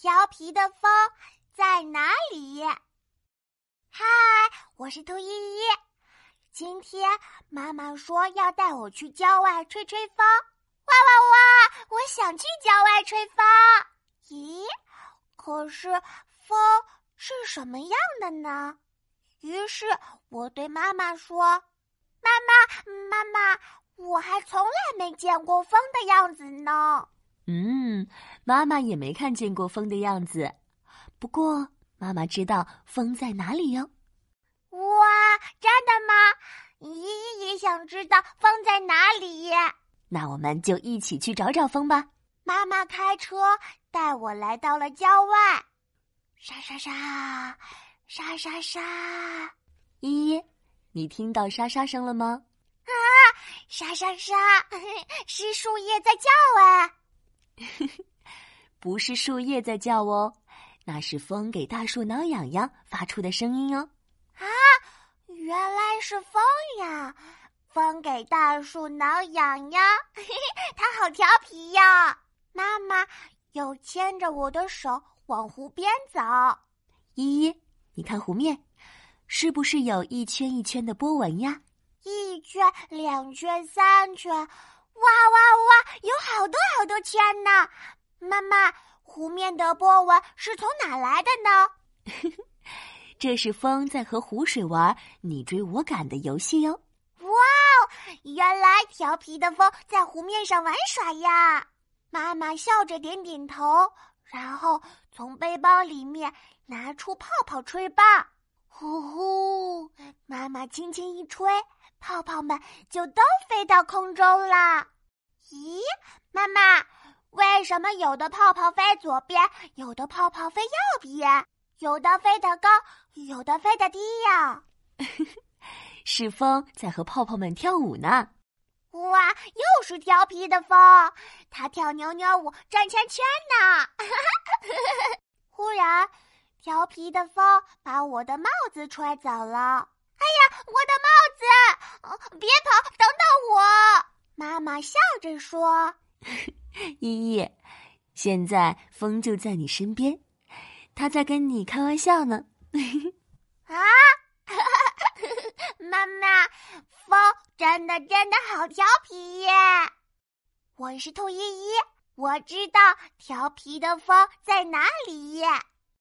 调皮的风在哪里？嗨，我是兔依依。今天妈妈说要带我去郊外吹吹风。哇哇哇！我想去郊外吹风。咦，可是风是什么样的呢？于是我对妈妈说：“妈妈，我还从来没见过风的样子呢。” 妈妈也没看见过风的样子，不过妈妈知道风在哪里哟。 哇，真的吗？依依也想知道风在哪里。 那我们就一起去找找风吧。 妈妈开车带我来到了郊外，沙沙沙，沙沙沙。 依依，你听到沙沙声了吗？ 沙沙沙，是树叶在叫哎。 不是树叶在叫哦，那是风给大树挠痒痒发出的声音哦。 原来是风呀！风给大树挠痒痒，它好调皮呀！妈妈又牵着我的手往湖边走。 依依，你看湖面，是不是有一圈一圈的波纹呀？ 一圈、2圈、3圈，哇哇哇，有好多好多圈呢！妈妈，湖面的波纹是从哪来的呢？ 这是风在和湖水玩你追我赶的游戏哟。 哇哦，原来调皮的风在湖面上玩耍呀！妈妈笑着点点头，然后从背包里面拿出泡泡吹棒，呼呼，妈妈轻轻一吹，泡泡们就都飞到空中啦。咦，妈妈，为什么有的泡泡飞左边，有的泡泡飞右边，有的飞得高，有的飞得低呀？ 是风在和泡泡们跳舞呢。 哇，又是调皮的风，它跳扭扭舞，转圈圈呢。忽然，调皮的风把我的帽子吹走了。哎呀，我的帽子！别跑，等等我！妈妈笑着说。 依依，现在风就在你身边，他在跟你开玩笑呢。 妈妈，风真的好调皮耶！我是兔依依，我知道调皮的风在哪里耶。